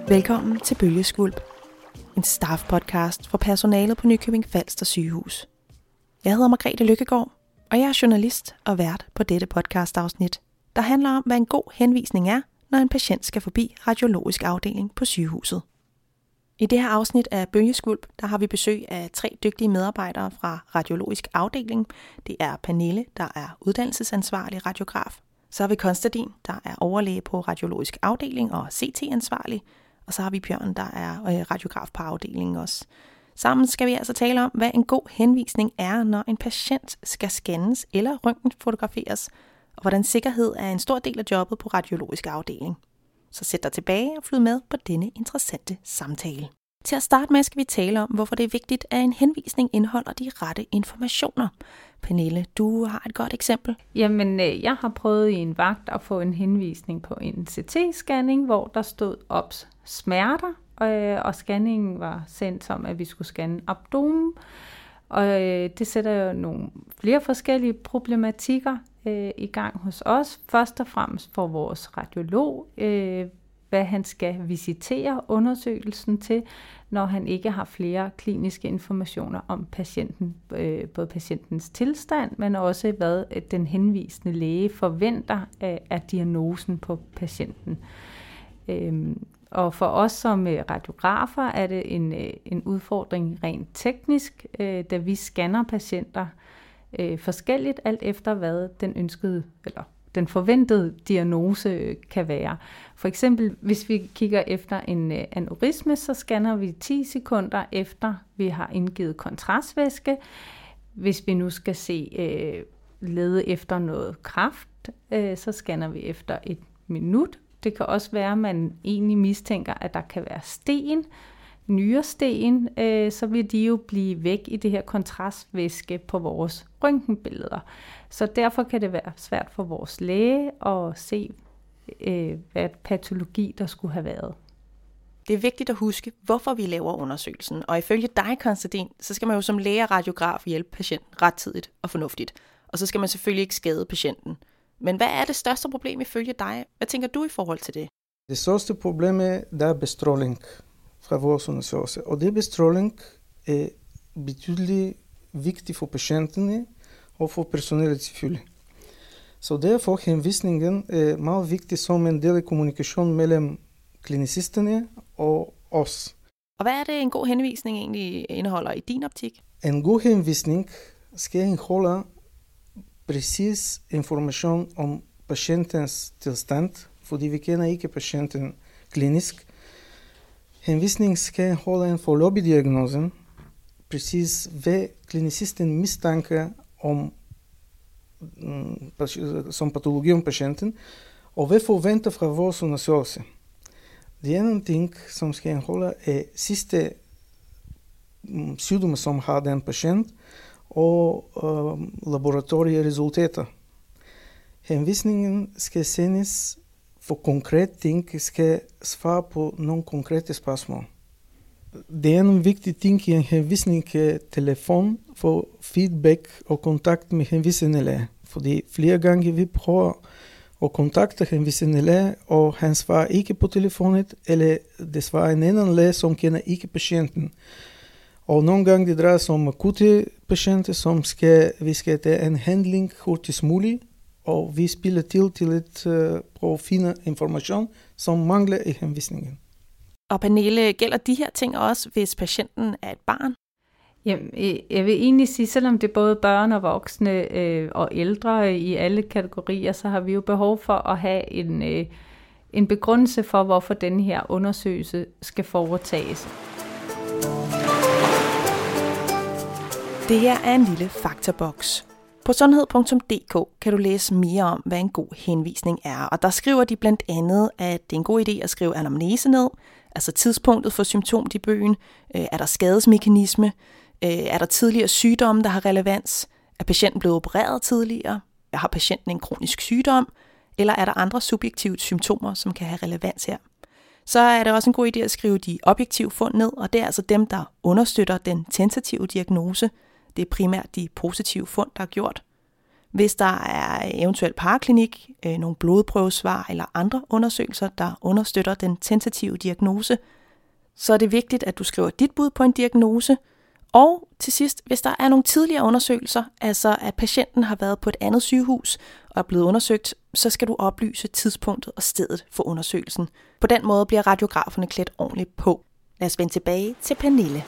Velkommen til Bølgeskvulp, en staff-podcast for personalet på Nykøbing Falster Sygehus. Jeg hedder Margrethe Lykkegaard, og jeg er journalist og vært på dette podcast-afsnit, der handler om, hvad en god henvisning er, når en patient skal forbi radiologisk afdeling på sygehuset. I det her afsnit af Bølgeskvulp, der har vi besøg af 3 dygtige medarbejdere fra radiologisk afdeling. Det er Pernille, der er uddannelsesansvarlig radiograf. Så har vi Konstantin, der er overlæge på radiologisk afdeling og CT-ansvarlig. Og så har vi Bjørn, der er radiograf på afdelingen også. Sammen skal vi altså tale om, hvad en god henvisning er, når en patient skal scannes eller røntgenfotograferes, og hvordan sikkerhed er en stor del af jobbet på radiologisk afdeling. Så sæt dig tilbage og flyd med på denne interessante samtale. Til at starte med skal vi tale om, hvorfor det er vigtigt, at en henvisning indeholder de rette informationer. Pernille, du har et godt eksempel. Jamen, jeg har prøvet i en vagt at få en henvisning på en CT-scanning, hvor der stod OBS smerter, og scanningen var sendt som, at vi skulle scanne abdomen. Og det sætter jo nogle flere forskellige problematikker i gang hos os. Først og fremmest for vores radiolog, hvad han skal visitere undersøgelsen til, når han ikke har flere kliniske informationer om patienten, både patientens tilstand, men også hvad den henvisende læge forventer af diagnosen på patienten. Og for os som radiografer er det en udfordring rent teknisk, da vi scanner patienter forskelligt, alt efter hvad den ønskede eller den forventede diagnose kan være. For eksempel, hvis vi kigger efter en aneurisme, så scanner vi 10 sekunder efter, vi har indgivet kontrastvæske. Hvis vi nu skal lede efter noget kræft, så scanner vi efter 1 minut. Det kan også være, at man egentlig mistænker, at der kan være sten, nyresten, så vil de jo blive væk i det her kontrastvæske på vores røntgenbilleder. Så derfor kan det være svært for vores læge at se, hvad patologi der skulle have været. Det er vigtigt at huske, hvorfor vi laver undersøgelsen. Og ifølge dig, Konstantin, så skal man jo som læge og radiograf hjælpe patienten rettidigt og fornuftigt. Og så skal man selvfølgelig ikke skade patienten. Men hvad er det største problem ifølge dig? Hvad tænker du i forhold til det? Det største problem er, der er bestråling fra vores undersøgelse. Og det bestråling er betydeligt vigtigt for patienterne og for personalet selvfølgelig. Så derfor henvisningen er meget vigtig som en del af kommunikation mellem klinicisterne og os. Og hvad er det, en god henvisning egentlig indeholder i din optik? En god henvisning skal indeholde præcis information om patientens tilstand, fordi vi kender ikke patienten klinisk. Henvisningen skal indeholde en foreløbig diagnose, præcis hvad klinicisten mistanker om som patologi om patienten, og hvad forventer fra vores undersøgelse. Det ene ting, som skal indeholde, er sidste sygdomme, som har den patient, og laboratorieresultater. Henvisningen skal sendes for konkrete ting, skal svare på nogle konkrete spørgsmål. Det er en vigtig ting i en henvisning er telefon for feedback og kontakt med henvisende læge. Fordi flere gange vi prøver at kontakte henvisende læge, og han svarer ikke på telefonet, eller det svarer en anden læge, som kender ikke patienten. Og nogle gange det drejer sig om akutte patienter, som vi skal tage en handling hurtigst muligt, og vi spiller til at prøve at finde information, som mangler i henvisningen. Og Pernille, gælder de her ting også, hvis patienten er et barn? Jamen, jeg vil egentlig sige, selvom det er både børn og voksne og ældre i alle kategorier, så har vi jo behov for at have en begrundelse for, hvorfor den her undersøgelse skal foretages. Det her er en lille faktaboks. På sundhed.dk kan du læse mere om, hvad en god henvisning er, og der skriver de blandt andet, at det er en god idé at skrive anamnese ned, altså tidspunktet for symptomdebuten, er der skadesmekanisme, er der tidligere sygdomme, der har relevans, er patienten blevet opereret tidligere, har patienten en kronisk sygdom, eller er der andre subjektive symptomer, som kan have relevans her. Så er det også en god idé at skrive de objektive fund ned, og det er altså dem, der understøtter den tentative diagnose. Det er primært de positive fund, der er gjort. Hvis der er eventuelt paraklinik, nogle blodprøvesvar eller andre undersøgelser, der understøtter den tentative diagnose, så er det vigtigt, at du skriver dit bud på en diagnose. Og til sidst, hvis der er nogle tidligere undersøgelser, altså at patienten har været på et andet sygehus og er blevet undersøgt, så skal du oplyse tidspunktet og stedet for undersøgelsen. På den måde bliver radiograferne klædt ordentligt på. Lad os vende tilbage til Pernille.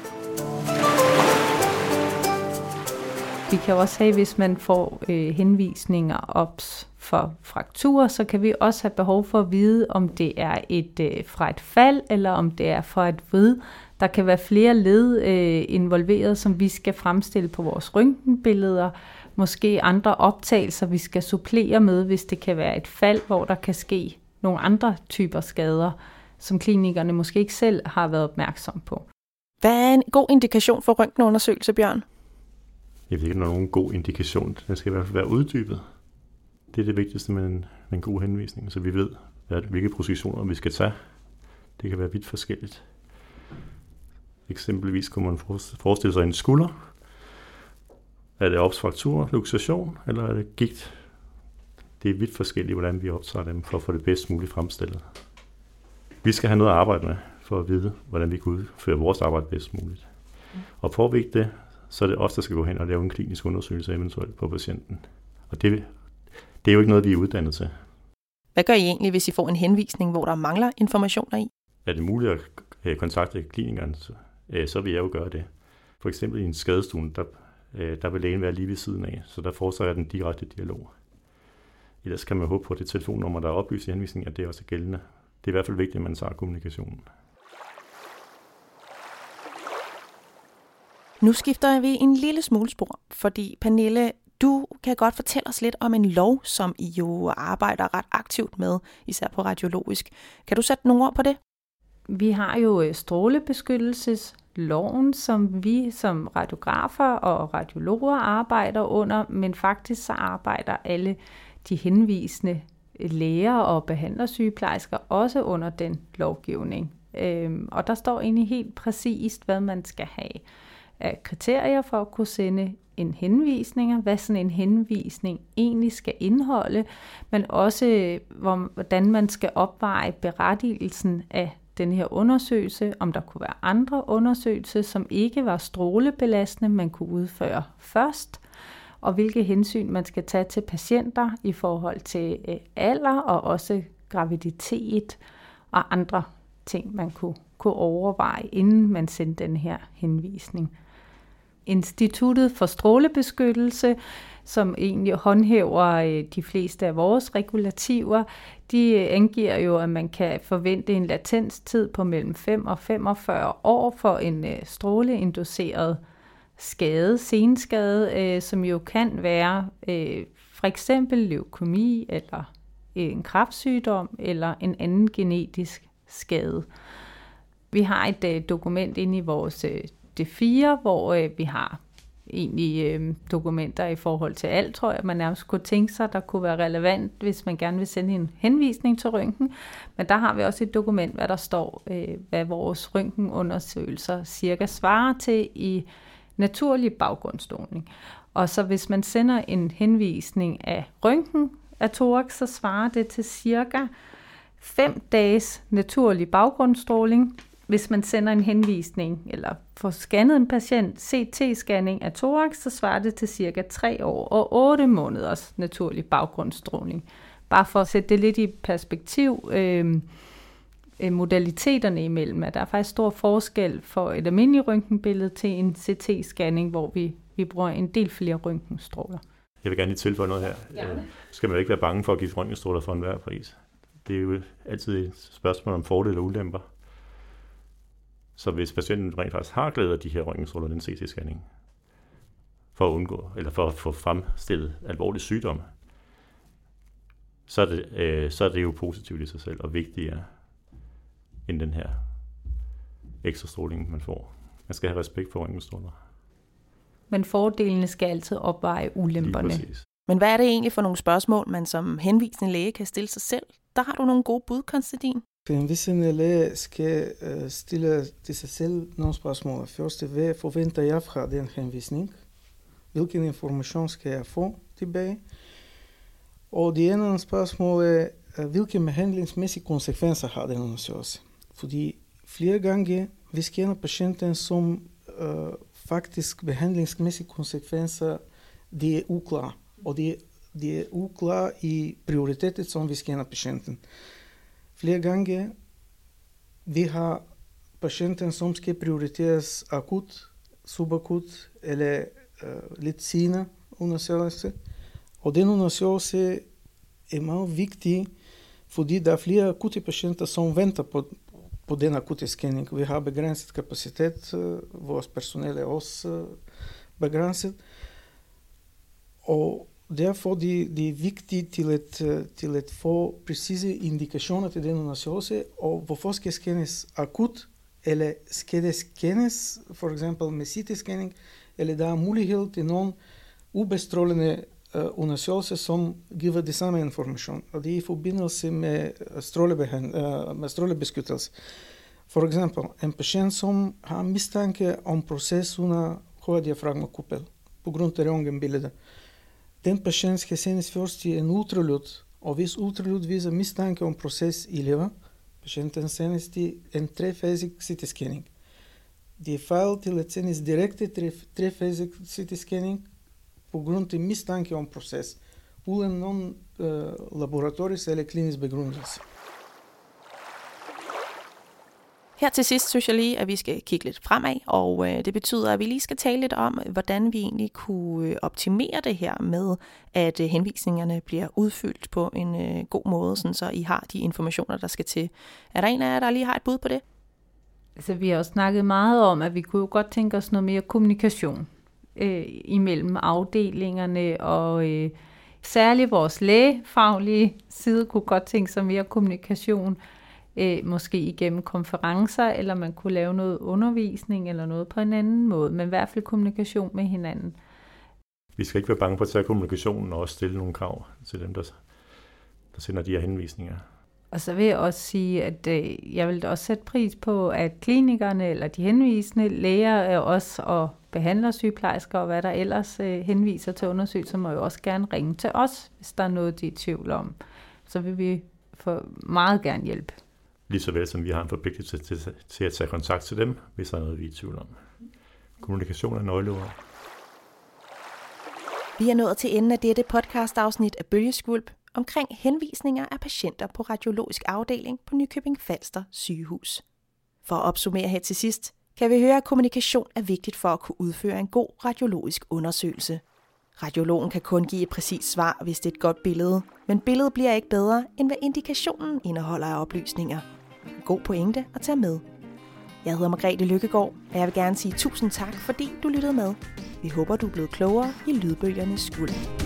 Vi kan også have, hvis man får henvisninger op for frakturer, så kan vi også have behov for at vide, om det er fra et fald, eller om det er fra et vrid. Der kan være flere led involveret, som vi skal fremstille på vores røntgenbilleder. Måske andre optagelser, vi skal supplere med, hvis det kan være et fald, hvor der kan ske nogle andre typer skader, som klinikerne måske ikke selv har været opmærksom på. Hvad er en god indikation for røntgenundersøgelse, Bjørn? Jeg ved ikke, om der er nogen god indikation. Den skal i hvert fald være uddybet. Det er det vigtigste med en god henvisning, så vi ved, hvilke positioner vi skal tage. Det kan være vidt forskelligt. Eksempelvis kunne man forestille sig en skulder. Er det obstruktur, luxation, eller er det gigt? Det er vidt forskelligt, hvordan vi optager dem, for at få det bedst muligt fremstillet. Vi skal have noget at arbejde med, for at vide, hvordan vi kan udføre vores arbejde bedst muligt. Og for at vide det, så er det os, der skal gå hen og lave en klinisk undersøgelse eventuelt på patienten. Og det er jo ikke noget, vi er uddannet til. Hvad gør I egentlig, hvis I får en henvisning, hvor der mangler informationer i? Er det muligt at kontakte klinikeren, så vil jeg jo gøre det. For eksempel i en skadestue, der vil lægen være lige ved siden af, så der foretrækker den direkte dialog. Ellers kan man håbe på, at det telefonnummer, der er oplyst i henvisningen, at det også er gældende. Det er i hvert fald vigtigt, at man tager kommunikationen. Nu skifter vi en lille smule spor, fordi Pernille, du kan godt fortælle os lidt om en lov, som I jo arbejder ret aktivt med, især på radiologisk. Kan du sætte nogle ord på det? Vi har jo strålebeskyttelsesloven, som vi som radiografer og radiologer arbejder under, men faktisk så arbejder alle de henvisende læger og behandlersygeplejersker også under den lovgivning. Og der står egentlig helt præcist, hvad man skal have af kriterier for at kunne sende en henvisning, hvad sådan en henvisning egentlig skal indeholde, men også hvordan man skal opveje berettigelsen af den her undersøgelse, om der kunne være andre undersøgelser, som ikke var strålebelastende, man kunne udføre først, og hvilke hensyn man skal tage til patienter i forhold til alder og også graviditet og andre ting, man kunne overveje, inden man sendte den her henvisning. Instituttet for Strålebeskyttelse, som egentlig håndhæver de fleste af vores regulativer, de angiver jo, at man kan forvente en latenstid på mellem 5 og 45 år for en stråleinduceret skade, senskade, som jo kan være for eksempel leukemi eller en kræftsygdom eller en anden genetisk skade. Vi har et dokument inde i vores D4, hvor vi har egentlig dokumenter i forhold til alt, tror jeg, man nærmest kunne tænke sig, der kunne være relevant, hvis man gerne vil sende en henvisning til røntgen. Men der har vi også et dokument, hvad der står, hvad vores røntgenundersøgelser cirka svarer til i naturlig baggrundsstråling. Og så hvis man sender en henvisning af røntgen af thorax, så svarer det til cirka 5 dages naturlig baggrundsstråling. Hvis man sender en henvisning eller får scannet en patient CT-scanning af thorax, så svarer det til cirka 3 år og 8 måneders naturlig baggrundsstråling. Bare for at sætte det lidt i perspektiv, modaliteterne imellem, at der er faktisk stor forskel for et almindeligt røntgenbillede til en CT-scanning, hvor vi bruger en del flere røntgenstråler. Jeg vil gerne lige tilføje noget her. Skal man jo ikke være bange for at give røntgenstråler for enhver pris. Det er jo altid et spørgsmål om fordele og ulemper. Så hvis patienten rent faktisk har glæde af de her røntgenstråler, den CT-scanning, for at undgå, eller for at få fremstillet alvorlig sygdom, så er det jo positivt i sig selv, og vigtigere end den her ekstra stråling, man får. Man skal have respekt for røntgenstråler. Men fordelene skal altid opveje ulemperne. Men hvad er det egentlig for nogle spørgsmål, man som henvisende læge kan stille sig selv? Der har du nogle gode bud, Konstantin. En henvisende læge skal stille til sig selv nogle spørgsmål. Først, hvad forventer jeg fra den henvisning? hvilken information skal jeg få tilbage. Og det andet spørgsmål er, hvilke behandlingsmæssige konsekvenser har den undersøgelse? Fordi flere gange vi scanner patienten som faktisk behandlingsmæssige konsekvenser, det er uklare. Og det er uklare i prioritetet, som vi scanner patienten. Flere gange vi har patienten, som skal prioriteres akut, subakut eller lidt senere undersøgelse. Og den undersøgelse er meget vigtig, fordi der er flere akutte patienter, som venter på den akutte scanning. Vi har begrænset kapacitet, vores personale er også begrænset. Og derfor det er vigtigt til at få præcise indikationer til den undersøgelse, og hvorfor skal scannes akut, eller skal det scannes for eksempel med CT-scanning, eller der er mulighed til nogle ubestrålende undersøgelser, som giver det samme information, og det er i forbindelse med strålebeskyttelse. For eksempel, en patient, som har mistanke om proces under højre diafragmakuppel, på grund af røntgenbilleder. Den patient skal sendes først i en ultralyd, og hvis ultralyd viser mistanke om proces i lever, patienten sendes til en trefasig CT-scanning. Det er fejl til at sendes direkte trefasig CT-scanning på grund af mistanke om proces, uden nogen laboratorisk eller klinisk begrundelse. Her til sidst synes jeg lige, at vi skal kigge lidt fremad, og det betyder, at vi lige skal tale lidt om, hvordan vi egentlig kunne optimere det her med, at henvisningerne bliver udfyldt på en god måde, sådan så I har de informationer, der skal til. Er der en af jer, der lige har et bud på det? Altså, vi har også snakket meget om, at vi kunne jo godt tænke os noget mere kommunikation imellem afdelingerne, og særligt vores lægefaglige side kunne godt tænke sig mere kommunikation, måske igennem konferencer, eller man kunne lave noget undervisning eller noget på en anden måde, men i hvert fald kommunikation med hinanden. Vi skal ikke være bange for at tage kommunikationen og også stille nogle krav til dem, der sender de her henvisninger. Og så vil jeg også sige, at jeg vil også sætte pris på, at klinikerne eller de henvisende læger også og behandlersygeplejersker og hvad der ellers henviser til undersøgelser, må jo også gerne ringe til os, hvis der er noget, de er i tvivl om. Så vil vi meget gerne hjælpe. Lige så vel som vi har en forpligtelse til at tage kontakt til dem, hvis der er noget, vi er i tvivl om. Kommunikation er nøgleord. Vi er nået til enden af dette podcast-afsnit af Bølgeskvulp omkring henvisninger af patienter på radiologisk afdeling på Nykøbing Falster Sygehus. For at opsummere her til sidst, kan vi høre, at kommunikation er vigtigt for at kunne udføre en god radiologisk undersøgelse. Radiologen kan kun give et præcist svar, hvis det er et godt billede, men billedet bliver ikke bedre, end hvad indikationen indeholder af oplysninger. En god pointe at tage med. Jeg hedder Margrethe Lykkegaard, og jeg vil gerne sige tusind tak, fordi du lyttede med. Vi håber, du er blevet klogere i lydbølgernes skuld.